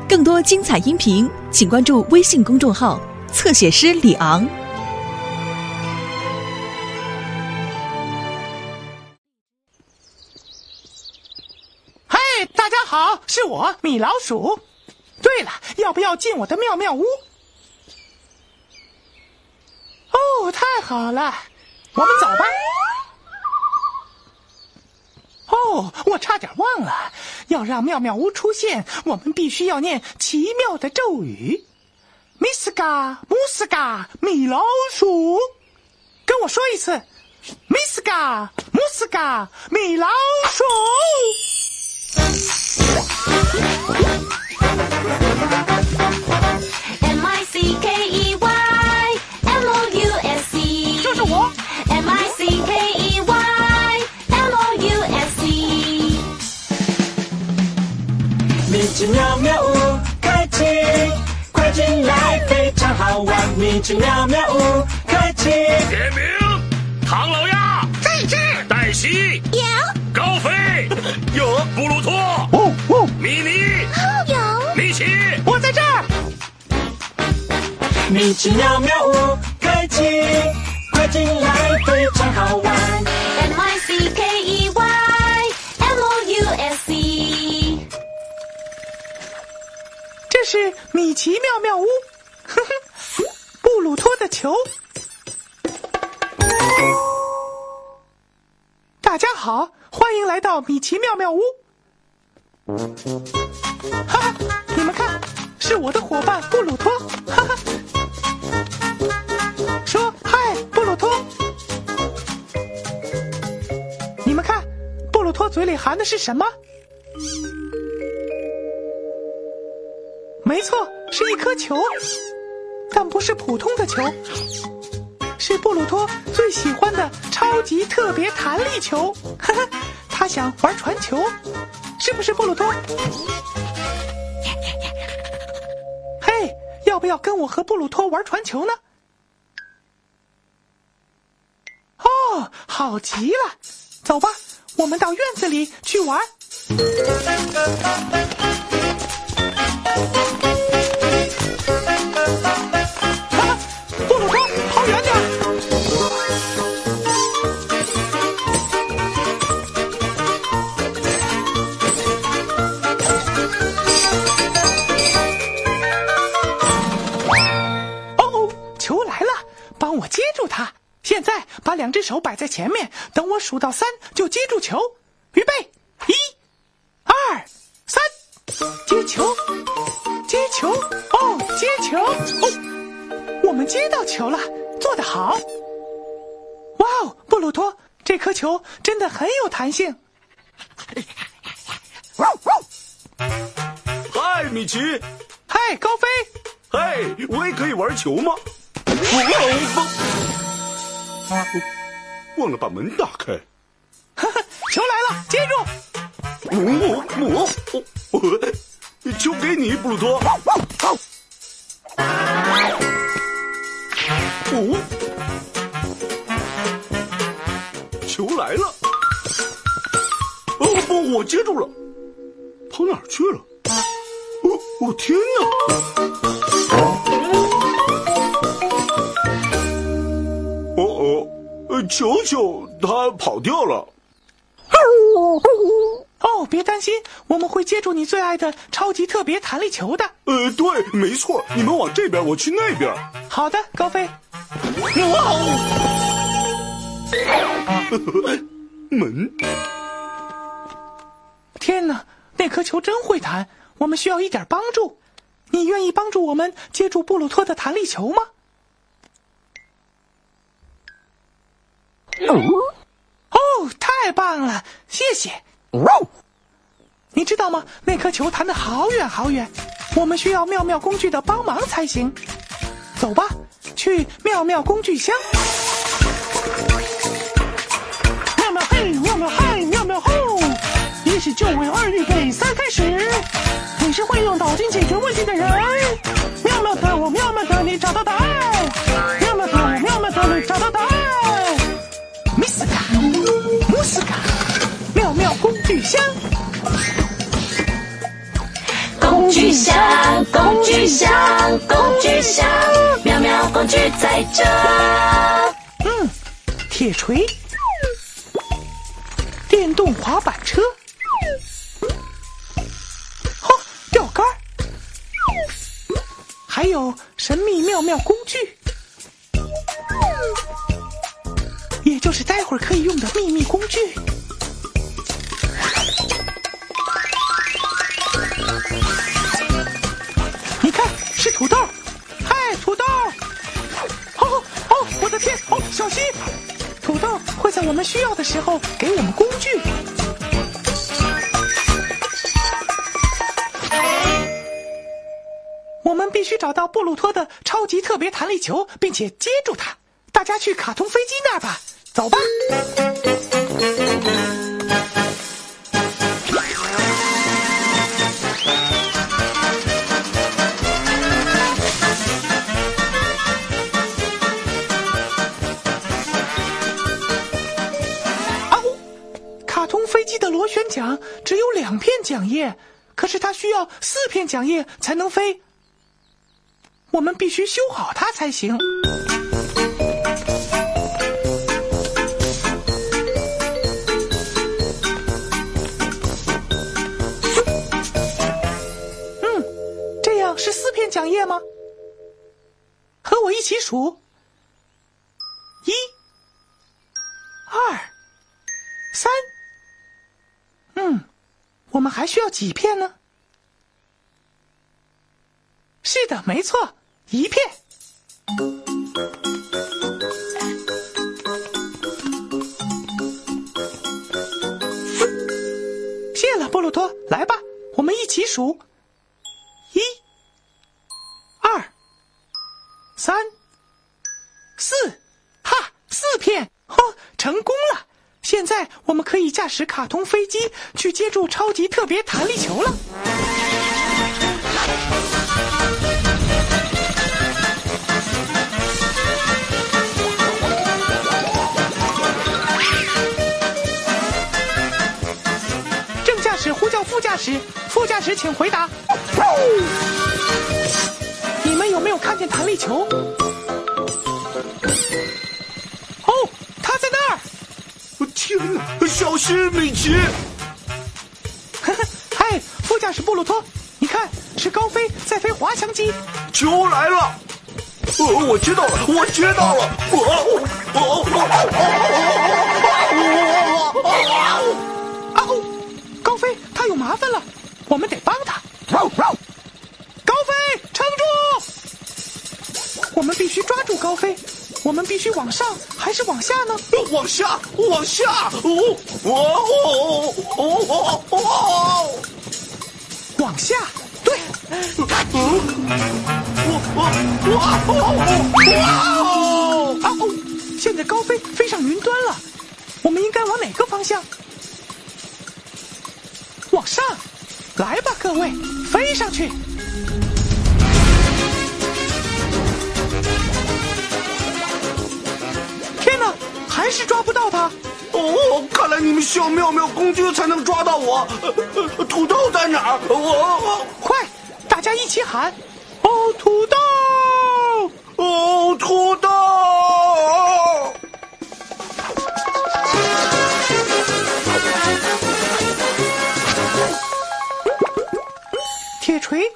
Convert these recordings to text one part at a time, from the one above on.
更多精彩音频，请关注微信公众号“侧写师李昂”。 嗨，大家好，是我米老鼠。对了，要不要进我的妙妙屋？哦，太好了，我们走吧。哦，我差点忘了，要让妙妙屋出现，我们必须要念奇妙的咒语。米斯嘎姆斯嘎米老鼠，跟我说一次，米斯嘎姆斯嘎米老鼠。 MICKEY，MOUSC， 就是我。 MICKEY，MOUSC。 米奇妙妙屋开启，快进来，非常好玩。米奇妙妙屋开启。 点名：唐老鸭在这。 黛西有高飞有布鲁托米妮有米奇， 我在这儿。 米奇妙妙屋开启，快进来，非常好玩。 MICKEY，MOUSC。 这是米奇妙妙屋，呵呵，布鲁托的球。大家好，欢迎来到米奇妙妙屋。哈哈，你们看，是我的伙伴布鲁托。哈哈，说嗨，布鲁托。你们看，布鲁托嘴里含的是什么？没错，是一颗球，但不是普通的球，是布鲁托最喜欢的超级特别弹力球。呵呵，他想玩传球，是不是布鲁托？嘿，要不要跟我和布鲁托玩传球呢？哦，好极了，走吧，我们到院子里去玩。布鲁托，跑远点！哦，球来了，帮我接住它。现在把两只手摆在前面，等我数到3就接住球。预备，1、2、3，接球，接球，哦，接球，哦，我们接到球了，做得好。哇哦，布鲁托，这颗球真的很有弹性。 嗨，米奇， 嗨，高飞， 嗨，我也可以玩球吗？忘了把门打开。 呵呵，球来了，接住。 球给你，布鲁托。球来了。哦不，我接住了。跑哪儿去了？我天哪！球球他跑掉了。 哦，别担心，我们会接住你最爱的超级特别弹力球的。 对，没错，你们往这边，我去那边。 好的，高飞。 门！ 天哪，那颗球真会弹，我们需要一点帮助。你愿意帮助我们接住布鲁托的弹力球吗？哦，太棒了，谢谢。你知道吗？那颗球弹得好远好远，我们需要妙妙工具的帮忙才行。走吧，去妙妙工具箱。妙妙嘿，妙妙嗨，妙妙吼！1是就位，2预备，3开始。你是会用脑筋解决问题的人。妙妙的我，妙妙的你，找到答案。妙妙的我，妙妙的你，找到答案。米斯卡，姆斯卡，妙妙工具箱。 工具箱。 们工具箱，工具箱，妙妙工具在这。 铁锤，电动滑板车，钓竿，还有神秘妙妙工具，也就是待会儿可以用的秘密工具。你看，是土豆！嗨，土豆！我的天！小心！土豆会在我们需要的时候给我们工具。我们必须找到布鲁托的超级特别弹力球，并且接住它。大家去卡通飞机那儿吧，走吧。卡通飞机的螺旋桨只有2片桨叶，可是它需要4片桨叶才能飞。我们必须修好它才行。这样是4片桨叶吗？和我一起数：1、2、3。我们还需要几片呢？是的，没错，1片。谢了，布鲁托，来吧，我们一起数：1、2、3、4，4片，成功了！现在我们可以驾驶卡通飞机去接住超级特别弹力球了。正驾驶呼叫副驾驶，副驾驶请回答。你们有没有看见弹力球？它在那儿！ 天哪！小心，米奇！ 嗨，副驾驶布鲁托，你看，是高飞在飞滑翔机。 球来了！我知道了，我知道了！ 高飞，他有麻烦了，我们得帮他。高飞，撑住！我们必须抓住高飞。我们必须往上还是往下呢？ 往下，往下！ 往下，对。现在高飞飞上云端了，我们应该往哪个方向？往上，来吧，各位，飞上去！天哪，还是抓不到它！ 看来你们需要妙妙工具才能抓到我。土豆在哪儿？ 快，大家一起喊！土豆！ 土豆！ 铁锤，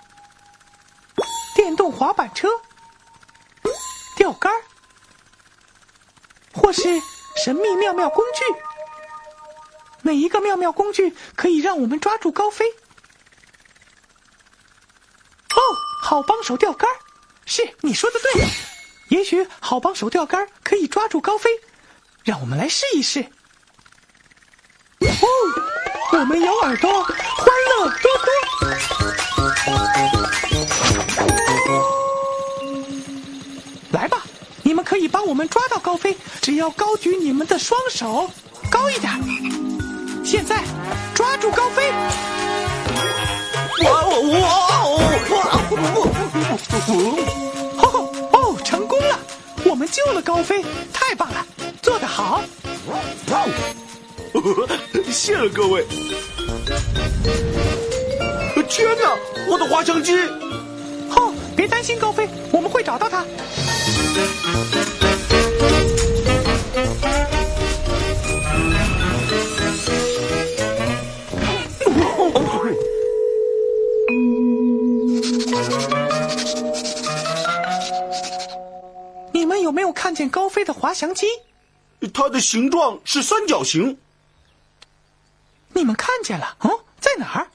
电动滑板车，钓竿，或是神秘妙妙工具。哪一个妙妙工具可以让我们抓住高飞？好帮手钓竿，是你说的对。也许好帮手钓竿可以抓住高飞，让我们来试一试。我们有耳朵，欢乐多多。来吧，你们可以帮我们抓到高飞，只要高举你们的双手，高一点。现在抓住高飞！成功了！我们救了高飞，太棒了，做得好！ 谢了各位。 天哪，我的滑翔机！ 哦，别担心，高飞，我们会找到它。你们有没有看见高飞的滑翔机？ 它的形状是三角形。 你们看见了？哦，在哪儿？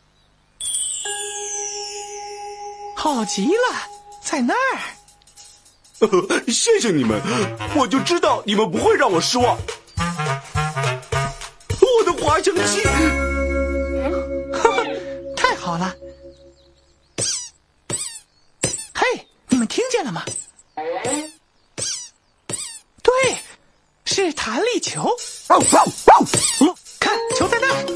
好极了，在那儿。 谢谢你们，我就知道你们不会让我失望。我的滑翔机！ 太好了！嘿，你们听见了吗？对，是弹力球。看，球在那儿。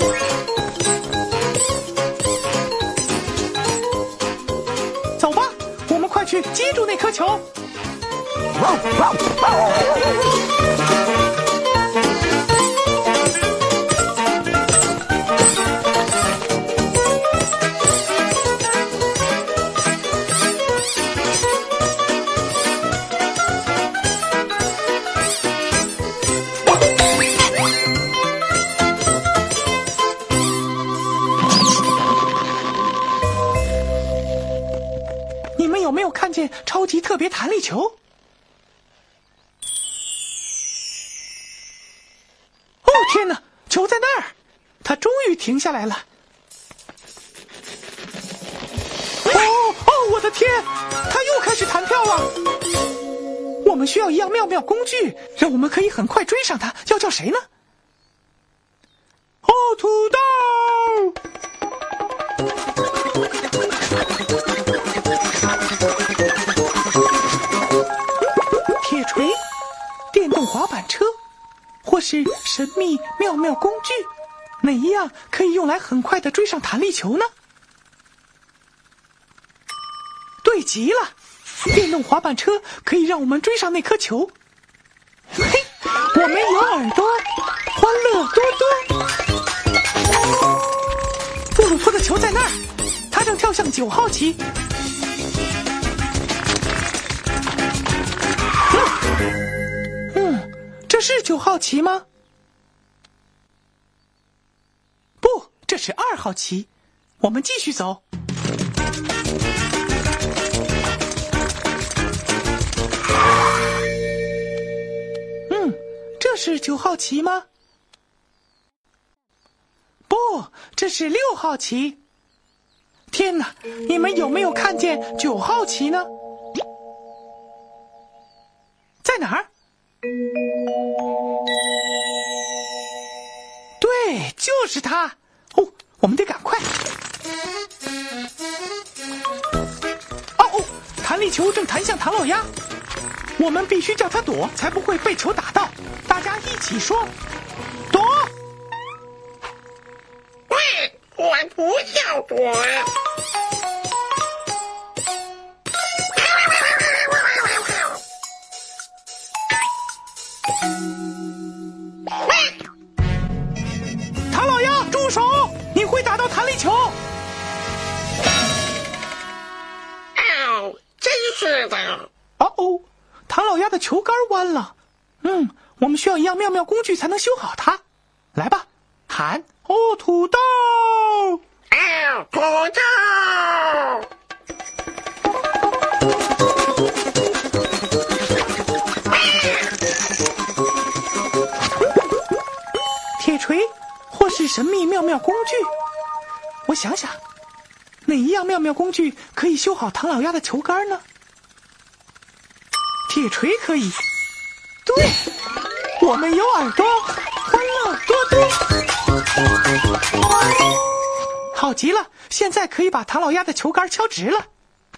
走吧，我们快去接住那颗球。你们有没有看见超级特别弹力球？哦天哪，球在那儿，它终于停下来了。哦，我的天，它又开始弹跳了。我们需要一样妙妙工具，让我们可以很快追上它。要叫谁呢？哦，土豆！铁锤、电动滑板车，或是神秘妙妙工具，哪一样可以用来很快地追上弹力球呢？对极了，电动滑板车可以让我们追上那颗球。嘿，我们有耳朵，欢乐多多。布鲁托的球在那儿，他正跳向9号旗。这是9号旗吗？不，这是2号旗。我们继续走。这是9号旗吗？不，这是6号旗。天哪，你们有没有看见9号旗呢？在哪儿？对，就是它。哦，我们得赶快。哦，弹力球正弹向唐老鸭，我们必须叫它躲，才不会被球打到。大家一起说，躲！ 喂，我不要躲。 唐老鸭，住手！你会打到弹力球。 哦，真是的。 哦，唐老鸭的球杆弯了。我们需要一样妙妙工具才能修好它。来吧，喊哦，土豆！ 哦，土豆！ 铁锤，或是神秘妙妙工具？我想想，哪一样妙妙工具可以修好唐老鸭的球杆呢？铁锤可以。对，我们有耳朵，欢乐多多。好极了，现在可以把唐老鸭的球杆敲直了。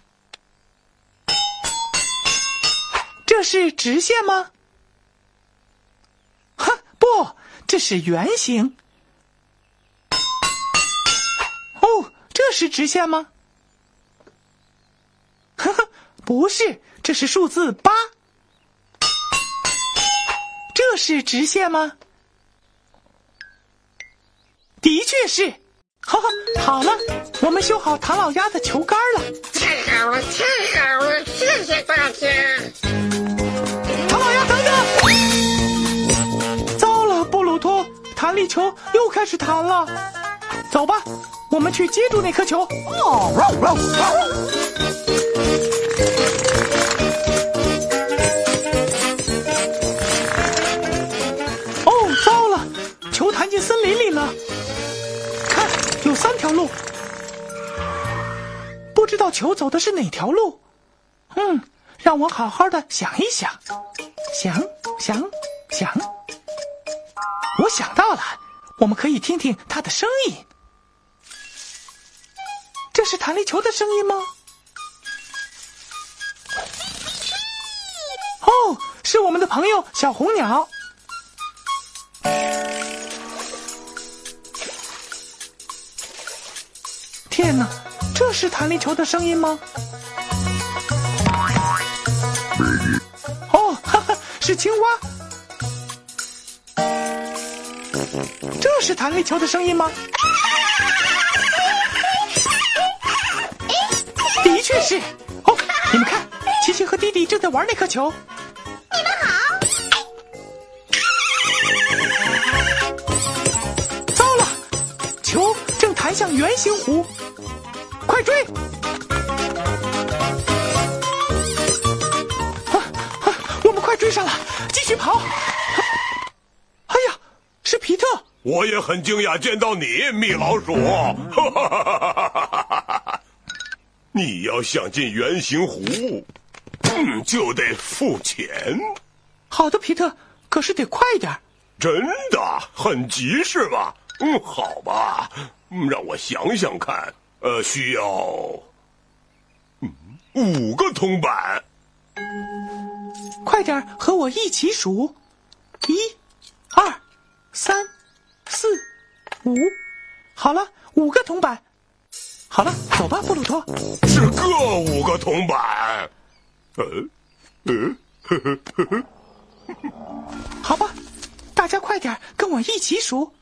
这是直线吗？不，这是圆形。哦，这是直线吗？不是，这是数字8。这是直线吗？的确是。好了， 我们修好唐老鸭的球杆了。 太好了，太好了，谢谢大家。 唐老鸭，等等！糟了，布鲁托，弹力球又开始弹了。走吧，我们去接住那颗球。哦，糟了，球弹进森林里了。看，有3条路，不知道球走的是哪条路。让我好好的想一想，想，我想到了，我们可以听听它的声音。这是弹力球的声音吗？哦，是我们的朋友小红鸟。天哪，这是弹力球的声音吗？哦，哈哈，是青蛙。这是弹力球的声音吗？的确是。哦，你们看，琪琪和弟弟正在玩那颗球。 你们好。 糟了，球正弹向圆形湖，快追！我们快追上了，继续跑！哎呀，是皮特！ 我也很惊讶见到你，米老鼠。你要想进圆形湖，就得付钱。 好的，皮特，可是得快点。 真的很急是吧？好吧，让我想想看。需要5个铜板。 快点和我一起数，1、2、3、4、5。好了，5个铜板。好了，走吧，布鲁托。 是各5个铜板。 好吧，大家快点跟我一起数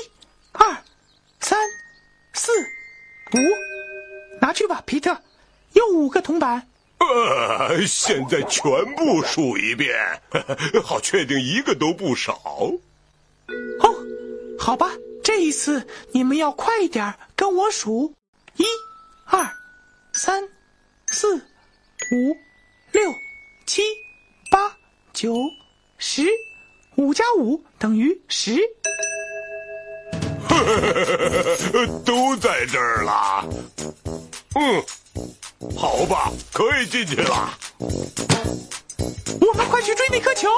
，1、2、3、4、5。拿去吧，皮特，又5个铜板。 现在全部数一遍，好确定一个都不少。 哦，好吧，这一次你们要快一点跟我数，1、2、3、4、5、6、7、8、9、10，5加5等于10。 都在这儿了。好吧，可以进去了。 我们快去追那颗球！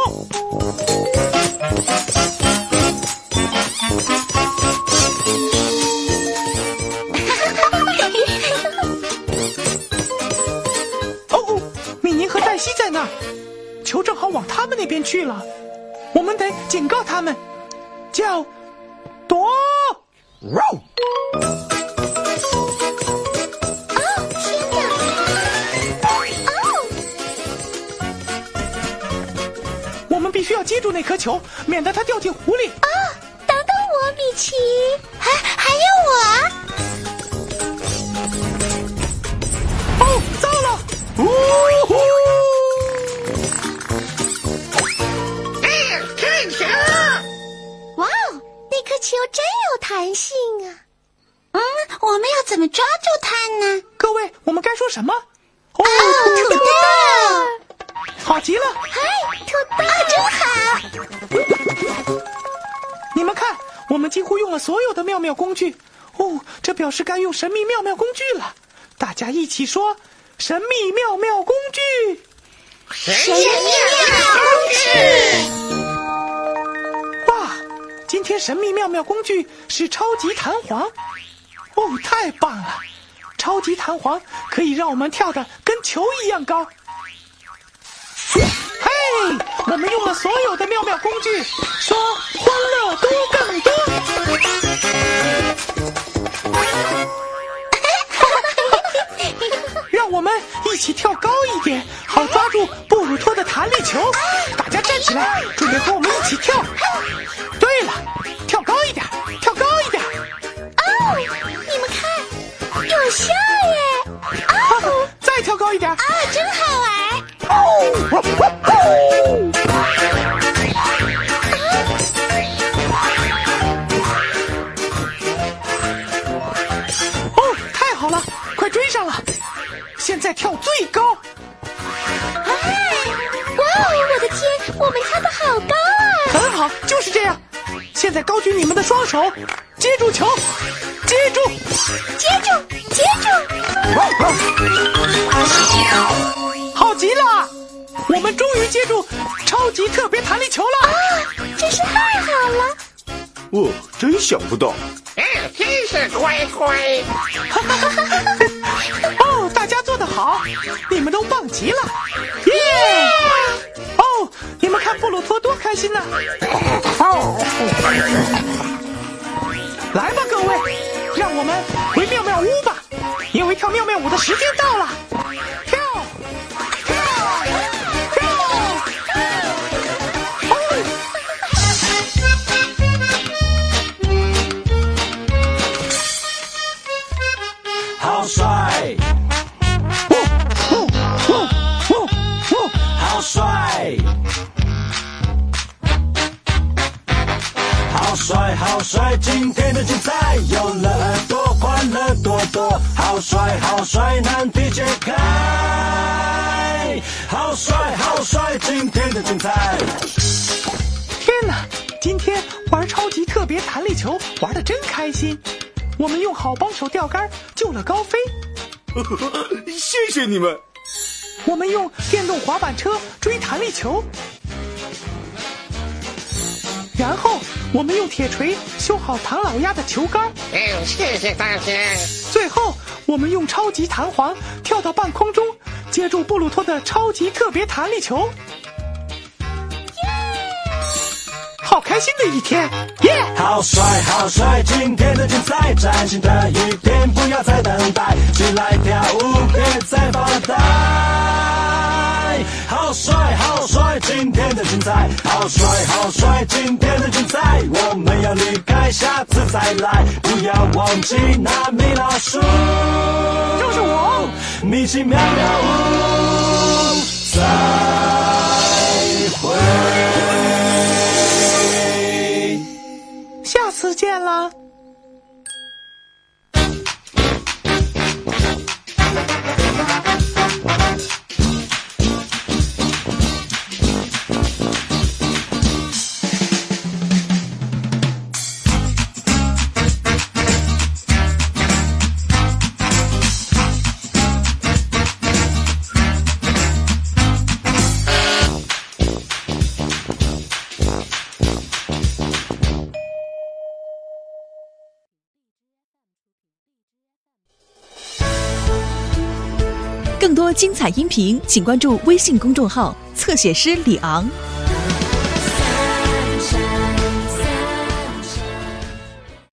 哦，米妮和黛西在那儿，球正好往他们那边去了，我们得警告他们，叫躲！我们必须要接住那颗球，免得它掉进湖里。 等等我，米奇，还有我。 哦，糟了！ 看球！ 哇哦，那颗球真有弹性啊！我们要怎么抓住它呢？ 各位，我们该说什么？ 土豆！ 好极了！ 嗨，土豆真好！ 你们看，我们几乎用了所有的妙妙工具。哦，这表示该用神秘妙妙工具了。大家一起说：神秘妙妙工具！ 神秘妙妙工具！ 哇，今天神秘妙妙工具是超级弹簧。哦，太棒了！超级弹簧可以让我们跳得跟球一样高。嘿，我们用了所有的妙妙工具，说欢乐多更多。让我们一起跳高一点，好抓住布鲁托的弹力球。大家站起来，准备和我们一起跳。对了，跳高一点，跳高一点。 哦，你们看， 有效耶！哦， 再跳高一点。 啊，真好玩！ 哦，太好了，快追上了！现在跳最高。 哎，哇哦，我的天，我们跳得好高啊！ 很好，就是这样。现在高举你们的双手，接住球，接住， 接住，接住！ 好极了！我们终于接住超级特别弹力球了！ 啊，真是太好了！ 哦，真想不到。 真是乖乖！ 哦，大家做得好，你们都棒极了！耶！哦，你们看布鲁托多开心呢！来吧，各位，让我们回妙妙屋吧，因为跳妙妙舞的时间到了。跳，跳，跳！哦！ 好帅！好帅！好帅，好帅！今天的精彩有了耳朵，欢乐多多。好帅，好帅！难题解开。好帅，好帅！今天的精彩。 天哪，今天玩超级特别弹力球玩得真开心。我们用好帮手钓竿救了高飞， 谢谢你们。 我们用电动滑板车追弹力球，然后我们用铁锤修好唐老鸭的球杆。 谢谢大家。 最后我们用超级弹簧跳到半空中，接住布鲁托的超级特别弹力球。好开心的一天，耶！ 好帅，好帅！今天的精彩，崭新的一天，不要再等待，起来跳舞，别再发呆。好帅，好帅！今天的精彩，好帅，好帅！今天的精彩，我们要离开，下次再来，不要忘记那米老鼠， 就是我， 米奇妙妙屋，再会。 下次见了。 更多精彩音频，请关注微信公众号“侧写师李昂”。